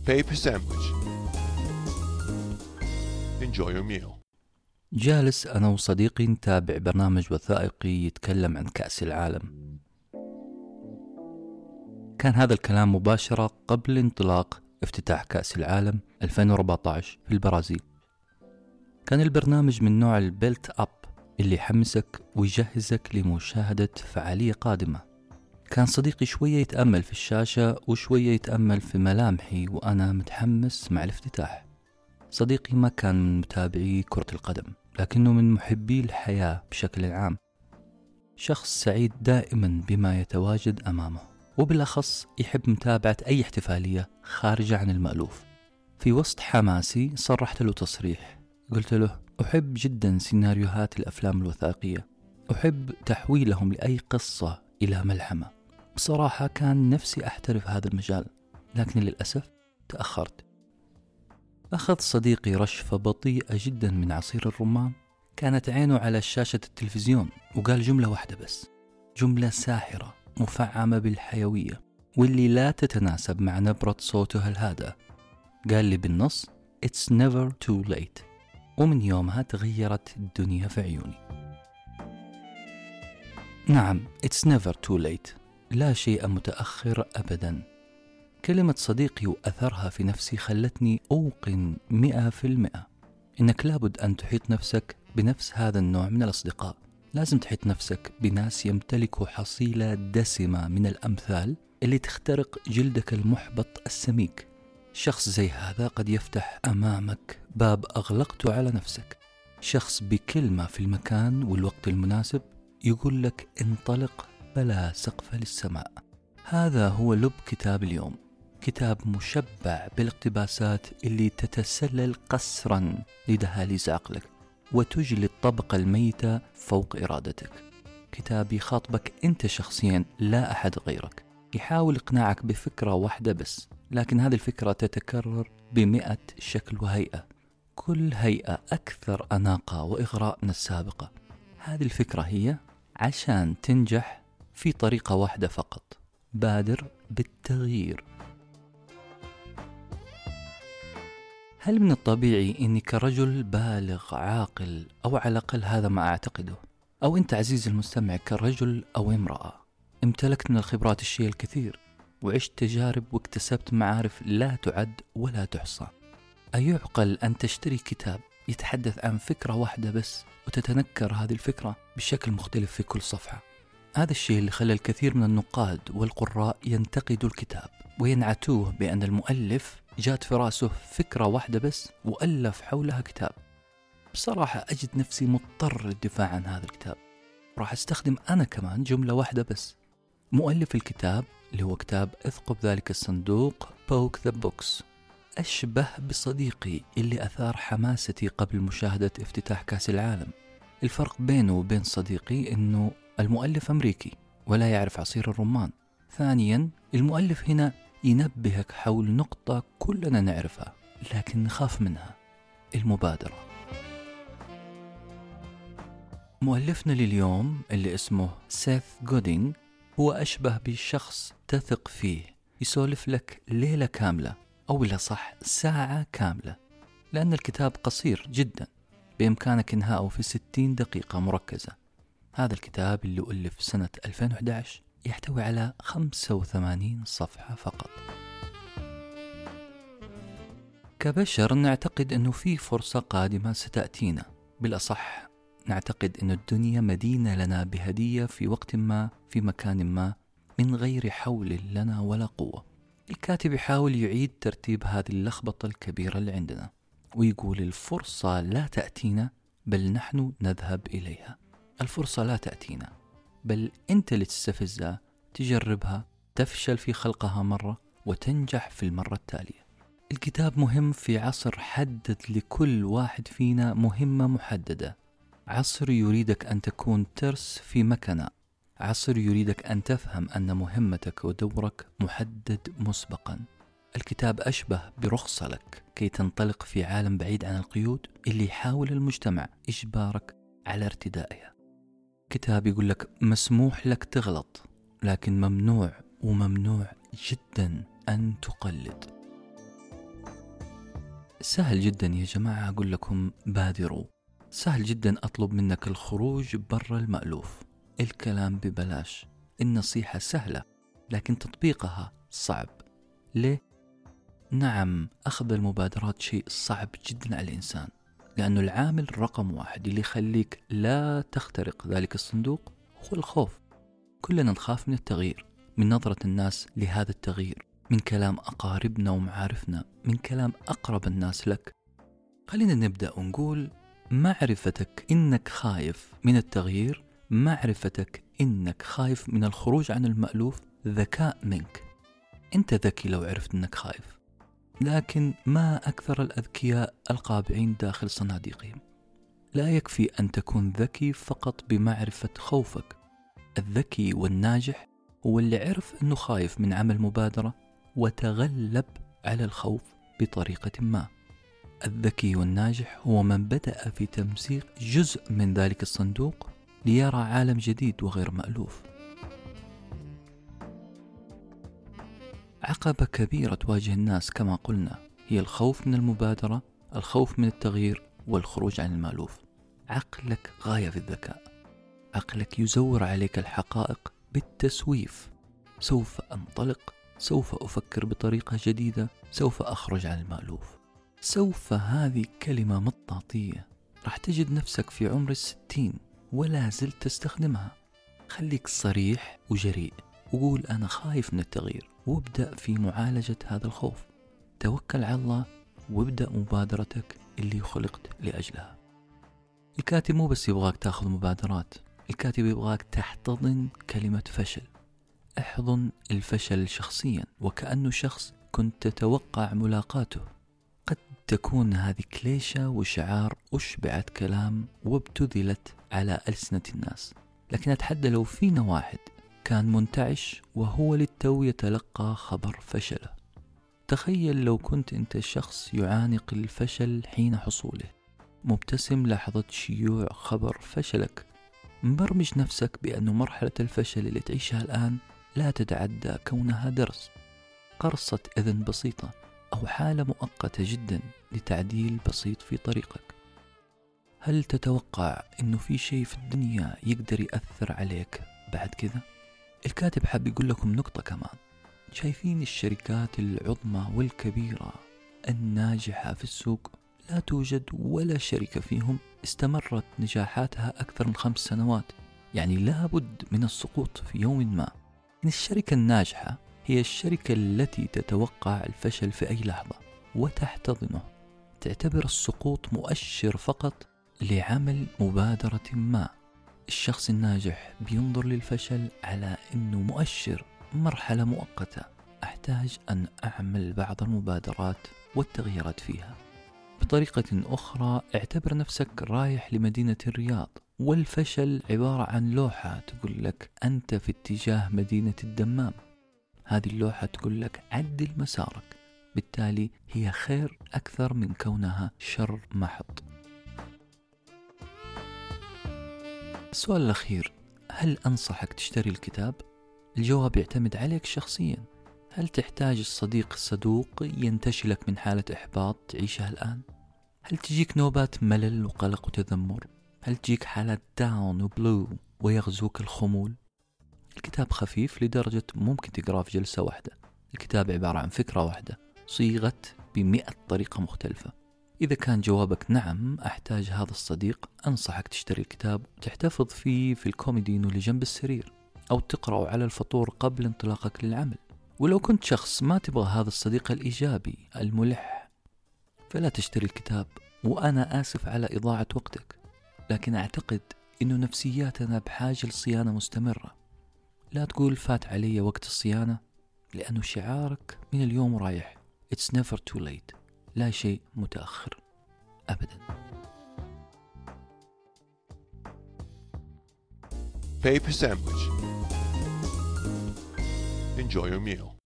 paper sandwich. Enjoy your meal. جالس أنا وصديقي نتابع برنامج وثائقي يتكلم عن كأس العالم. كان هذا الكلام مباشرة قبل انطلاق افتتاح كأس العالم 2014 في البرازيل. كان البرنامج من نوع البيلت أب اللي يحمسك ويجهزك لمشاهدة فعالية قادمة. كان صديقي شوية يتأمل في الشاشة وشوية يتأمل في ملامحي وأنا متحمس مع الافتتاح. صديقي ما كان من متابعي كرة القدم، لكنه من محبي الحياة بشكل عام، شخص سعيد دائما بما يتواجد أمامه، وبالأخص يحب متابعة أي احتفالية خارجة عن المألوف. في وسط حماسي صرحت له تصريح، قلت له أحب جدا سيناريوهات الأفلام الوثائقية، أحب تحويلهم لأي قصة إلى ملحمة. بصراحة كان نفسي أحترف هذا المجال، لكن للأسف تأخرت. أخذ صديقي رشفة بطيئة جدا من عصير الرمان، كانت عينه على شاشة التلفزيون، وقال جملة واحدة بس، جملة ساحرة مفعمة بالحيوية واللي لا تتناسب مع نبرة صوته الهادئة. قال لي بالنص It's never too late. ومن يومها تغيرت الدنيا في عيوني. نعم، It's never too late، لا شيء متأخر أبدا. كلمة صديقي وأثرها في نفسي خلتني أوقن 100% إنك لابد أن تحيط نفسك بنفس هذا النوع من الأصدقاء. لازم تحيط نفسك بناس يمتلكوا حصيلة دسمة من الأمثال اللي تخترق جلدك المحبط السميك. شخص زي هذا قد يفتح أمامك باب أغلقته على نفسك. شخص بكلمة في المكان والوقت المناسب يقول لك انطلق بلا سقف للسماء. هذا هو لب كتاب اليوم، كتاب مشبع بالاقتباسات اللي تتسلل قسرا لدهاليز عقلك وتجلي الطبقة الميتة فوق إرادتك. كتاب يخاطبك أنت شخصيا، لا أحد غيرك. يحاول إقناعك بفكرة واحدة بس، لكن هذه الفكرة تتكرر ب100 شكل وهيئة، كل هيئة أكثر أناقة وإغراء من السابقة. هذه الفكرة هي عشان تنجح في طريقة واحدة فقط، بادر بالتغيير. هل من الطبيعي أني كرجل بالغ عاقل، أو على الأقل هذا ما أعتقده، أو أنت عزيز المستمع كرجل أو امرأة امتلكت من الخبرات الشيء الكثير، وعشت تجارب واكتسبت معارف لا تعد ولا تحصى، أيعقل أن تشتري كتاب يتحدث عن فكرة واحدة بس وتتنكر هذه الفكرة بشكل مختلف في كل صفحة؟ هذا الشيء اللي خلى الكثير من النقاد والقراء ينتقدوا الكتاب وينعتوه بأن المؤلف جات في راسه فكرة واحدة بس وألف حولها كتاب. بصراحة أجد نفسي مضطر للدفاع عن هذا الكتاب، راح أستخدم أنا كمان جملة واحدة بس. مؤلف الكتاب اللي هو كتاب اثقب ذلك الصندوق Poke the Books أشبه بصديقي اللي أثار حماستي قبل مشاهدة افتتاح كأس العالم. الفرق بينه وبين صديقي إنه المؤلف أمريكي ولا يعرف عصير الرمان. ثانيا، المؤلف هنا ينبهك حول نقطة كلنا نعرفها لكن نخاف منها، المبادرة. مؤلفنا لليوم اللي اسمه سيث جودين هو أشبه بشخص تثق فيه، يسولف لك ليلة كاملة، أو إلا صح ساعة كاملة، لأن الكتاب قصير جدا بإمكانك إنهاءه في 60 دقيقة مركزة. هذا الكتاب اللي ألف سنة 2011 يحتوي على 85 صفحة فقط. كبشر نعتقد أنه في فرصة قادمة ستأتينا، بالأصح نعتقد أن الدنيا مدينة لنا بهدية في وقت ما في مكان ما من غير حول لنا ولا قوة. الكاتب يحاول يعيد ترتيب هذه اللخبطة الكبيرة اللي عندنا ويقول الفرصة لا تأتينا بل نحن نذهب إليها. الفرصة لا تأتينا بل أنت اللي تستفزها، تجربها، تفشل في خلقها مرة وتنجح في المرة التالية. الكتاب مهم في عصر حدد لكل واحد فينا مهمة محددة، عصر يريدك أن تكون ترس في مكنة، عصر يريدك أن تفهم أن مهمتك ودورك محدد مسبقا. الكتاب أشبه برخصة لك كي تنطلق في عالم بعيد عن القيود اللي يحاول المجتمع إجبارك على ارتدائها. كتاب يقول لك مسموح لك تغلط، لكن ممنوع وممنوع جدا أن تقلد. سهل جدا يا جماعة أقول لكم بادروا، سهل جدا أطلب منك الخروج برا المألوف، الكلام ببلاش، النصيحة سهلة، لكن تطبيقها صعب. ليه؟ نعم، أخذ المبادرات شيء صعب جدا على الإنسان، لأنه العامل رقم 1 اللي يخليك لا تخترق ذلك الصندوق هو الخوف. كلنا نخاف من التغيير، من نظرة الناس لهذا التغيير، من كلام أقاربنا ومعارفنا، من كلام أقرب الناس لك. خلينا نبدأ ونقول معرفتك إنك خايف من التغيير، معرفتك إنك خايف من الخروج عن المألوف ذكاء منك. أنت ذكي لو عرفت إنك خايف، لكن ما أكثر الأذكياء القابعين داخل صناديقهم. لا يكفي أن تكون ذكي فقط بمعرفة خوفك. الذكي والناجح هو اللي عرف أنه خايف من عمل مبادرة وتغلب على الخوف بطريقة ما. الذكي والناجح هو من بدأ في تمزيق جزء من ذلك الصندوق ليرى عالم جديد وغير مألوف. عقبة كبيرة تواجه الناس كما قلنا هي الخوف من المبادرة، الخوف من التغيير، والخروج عن المألوف. عقلك غاية في الذكاء، عقلك يزور عليك الحقائق بالتسويف. سوف أنطلق، سوف أفكر بطريقة جديدة، سوف أخرج عن المألوف. سوف هذه كلمة مطاطية، راح تجد نفسك في عمر 60 ولا زلت تستخدمها. خليك صريح وجريء وقول أنا خايف من التغيير، وابدأ في معالجة هذا الخوف. توكل على الله وابدأ مبادرتك اللي خلقت لأجلها. الكاتب مو بس يبغاك تاخذ مبادرات، الكاتب يبغاك تحتضن كلمة فشل. احضن الفشل شخصيا وكأنه شخص كنت تتوقع ملاقاته. قد تكون هذه كليشة وشعار أشبعت كلام وابتذلت على ألسنة الناس، لكن أتحدى لو فينا واحد كان منتعش وهو للتو يتلقى خبر فشله. تخيل لو كنت أنت شخص يعانق الفشل حين حصوله، مبتسم لحظة شيوع خبر فشلك، مبرمج نفسك بأن مرحلة الفشل اللي تعيشها الآن لا تتعدى كونها درس، قرصة إذن بسيطة، أو حالة مؤقتة جدا لتعديل بسيط في طريقك. هل تتوقع أنه في شيء في الدنيا يقدر يأثر عليك بعد كذا؟ الكاتب حاب يقول لكم نقطة كمان. شايفين الشركات العظمى والكبيرة الناجحة في السوق؟ لا توجد ولا شركة فيهم استمرت نجاحاتها أكثر من 5 سنوات، يعني لابد من السقوط في يوم ما. الشركة الناجحة هي الشركة التي تتوقع الفشل في أي لحظة وتحتضنه، تعتبر السقوط مؤشر فقط لعمل مبادرة ما. الشخص الناجح بينظر للفشل على أنه مؤشر، مرحلة مؤقتة، أحتاج أن أعمل بعض المبادرات والتغييرات فيها. بطريقة أخرى اعتبر نفسك رايح لمدينة الرياض، والفشل عبارة عن لوحة تقول لك أنت في اتجاه مدينة الدمام. هذه اللوحة تقول لك عدل مسارك، بالتالي هي خير أكثر من كونها شر محض. السؤال الأخير، هل أنصحك تشتري الكتاب؟ الجواب يعتمد عليك شخصيا. هل تحتاج الصديق الصدوق ينتشلك من حالة إحباط تعيشها الآن؟ هل تجيك نوبات ملل وقلق وتذمر؟ هل تجيك حالات داون وبلو ويغزوك الخمول؟ الكتاب خفيف لدرجة ممكن تقرأه في جلسة واحدة. الكتاب عبارة عن فكرة واحدة صيغت ب100 طريقة مختلفة. إذا كان جوابك نعم أحتاج هذا الصديق، أنصحك تشتري الكتاب وتحتفظ فيه في الكوميدينو اللي جنب السرير، أو تقرأه على الفطور قبل انطلاقك للعمل. ولو كنت شخص ما تبغى هذا الصديق الإيجابي الملح فلا تشتري الكتاب. وأنا آسف على إضاعة وقتك، لكن أعتقد إنه نفسياتنا بحاجة لصيانة مستمرة. لا تقول فات علي وقت الصيانة، لأنه شعارك من اليوم رايح It's never too late، لا شيء متأخر أبدا. Paper sandwich. Enjoy your meal.